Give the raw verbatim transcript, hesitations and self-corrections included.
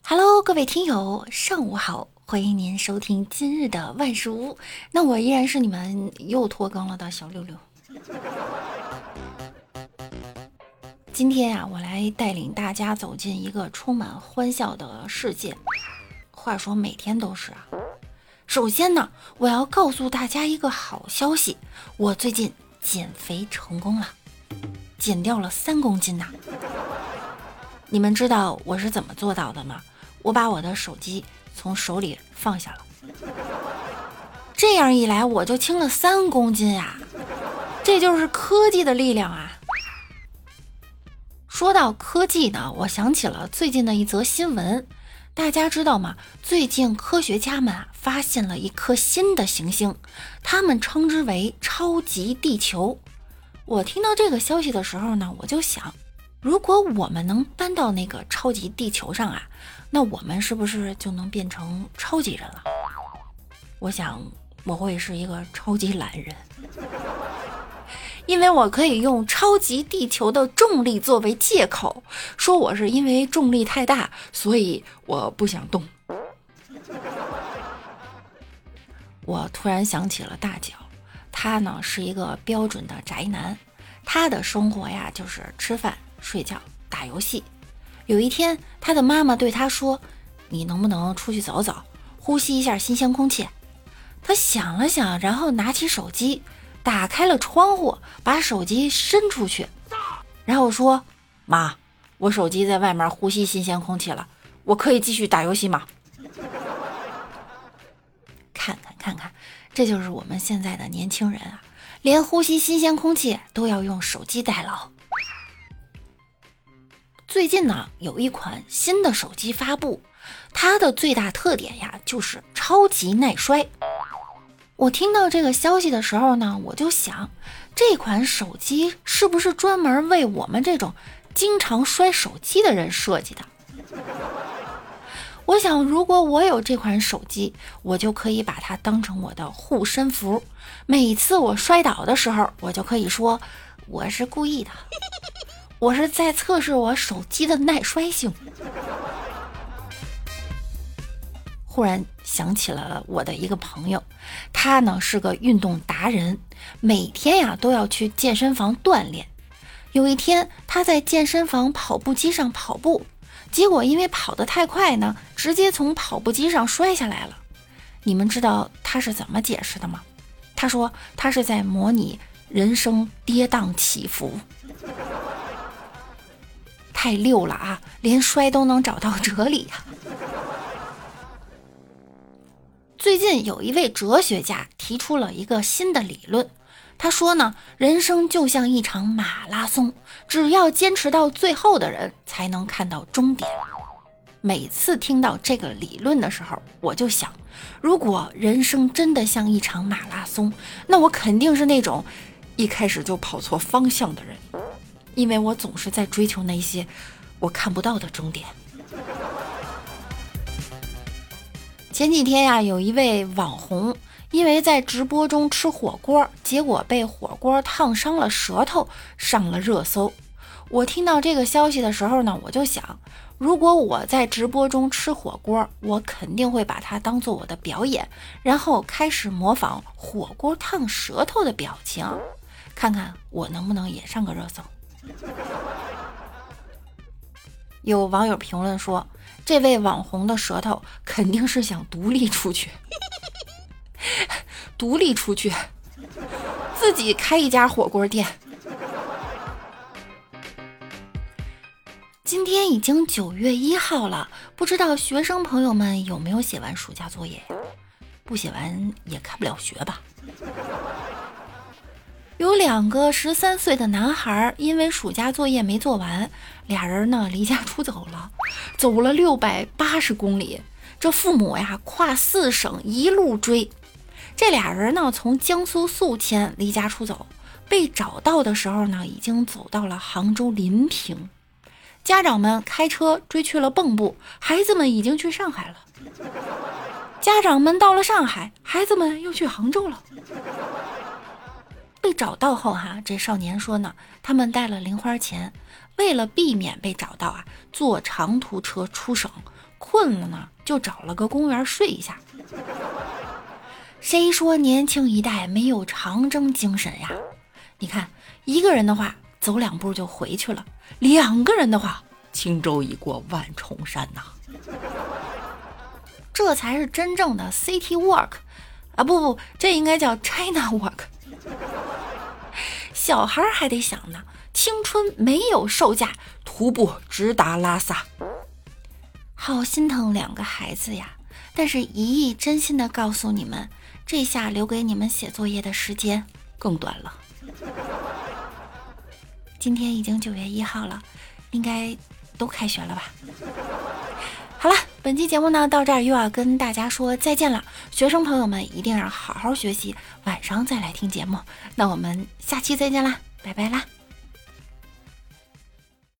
Hello，各位听友，上午好，欢迎您收听今日的万事屋。那我依然是你们又拖更了的小六六。今天呀、啊，我来带领大家走进一个充满欢笑的世界。话说每天都是啊。首先呢，我要告诉大家一个好消息，我最近减肥成功了，减掉了三公斤呐、啊。你们知道我是怎么做到的吗？我把我的手机从手里放下了，这样一来我就轻了三公斤啊！这就是科技的力量啊！说到科技呢，我想起了最近的一则新闻，大家知道吗？最近科学家们啊发现了一颗新的行星，他们称之为超级地球。我听到这个消息的时候呢，我就想，如果我们能搬到那个超级地球上啊，那我们是不是就能变成超级人了？我想我会是一个超级懒人，因为我可以用超级地球的重力作为借口，说我是因为重力太大，所以我不想动。我突然想起了大脚，他呢是一个标准的宅男，他的生活呀就是吃饭、睡觉、打游戏。有一天他的妈妈对他说，你能不能出去走走，呼吸一下新鲜空气？他想了想，然后拿起手机，打开了窗户，把手机伸出去，然后说，妈，我手机在外面呼吸新鲜空气了，我可以继续打游戏吗？看看看看，这就是我们现在的年轻人啊，连呼吸新鲜空气都要用手机代劳。最近呢，有一款新的手机发布，它的最大特点呀，就是超级耐摔。我听到这个消息的时候呢，我就想，这款手机是不是专门为我们这种经常摔手机的人设计的？我想，如果我有这款手机，我就可以把它当成我的护身符。每次我摔倒的时候，我就可以说，我是故意的。我是在测试我手机的耐摔性。忽然想起了我的一个朋友，他呢是个运动达人，每天呀都要去健身房锻炼。有一天他在健身房跑步机上跑步，结果因为跑得太快呢，直接从跑步机上摔下来了。你们知道他是怎么解释的吗？他说他是在模拟人生跌宕起伏。太溜了啊，连摔都能找到哲理啊。最近有一位哲学家提出了一个新的理论，他说呢，人生就像一场马拉松，只要坚持到最后的人才能看到终点。每次听到这个理论的时候，我就想，如果人生真的像一场马拉松，那我肯定是那种一开始就跑错方向的人，因为我总是在追求那些我看不到的终点。前几天呀、啊，有一位网红因为在直播中吃火锅，结果被火锅烫伤了舌头，上了热搜。我听到这个消息的时候呢，我就想，如果我在直播中吃火锅，我肯定会把它当做我的表演，然后开始模仿火锅烫舌头的表情，看看我能不能也上个热搜。有网友评论说，这位网红的舌头肯定是想独立出去独立出去自己开一家火锅店。今天已经九月一号了，不知道学生朋友们有没有写完暑假作业？不写完也开不了学吧。有两个十三岁的男孩，因为暑假作业没做完，俩人呢离家出走了，走了六百八十公里。这父母呀跨四省一路追。这俩人呢从江苏宿迁离家出走，被找到的时候呢已经走到了杭州临平。家长们开车追去了蚌埠，孩子们已经去上海了。家长们到了上海，孩子们又去杭州了。被找到后哈，这少年说呢，他们带了零花钱，为了避免被找到啊，坐长途车出省， 困了呢就找了个公园睡一下。谁说年轻一代没有长征精神呀？你看，一个人的话走两步就回去了，两个人的话轻舟已过万重山呐、这才是真正的 City Walk 啊！不不，这应该叫 China Walk。小孩还得想呢，青春没有售价，徒步直达拉萨。好心疼两个孩子呀！但是一亿真心的告诉你们，这下留给你们写作业的时间更短了。今天已经九月一号了，应该都开学了吧？好了，本期节目呢到这儿又要跟大家说再见了。学生朋友们一定要好好学习，晚上再来听节目。那我们下期再见啦，拜拜啦。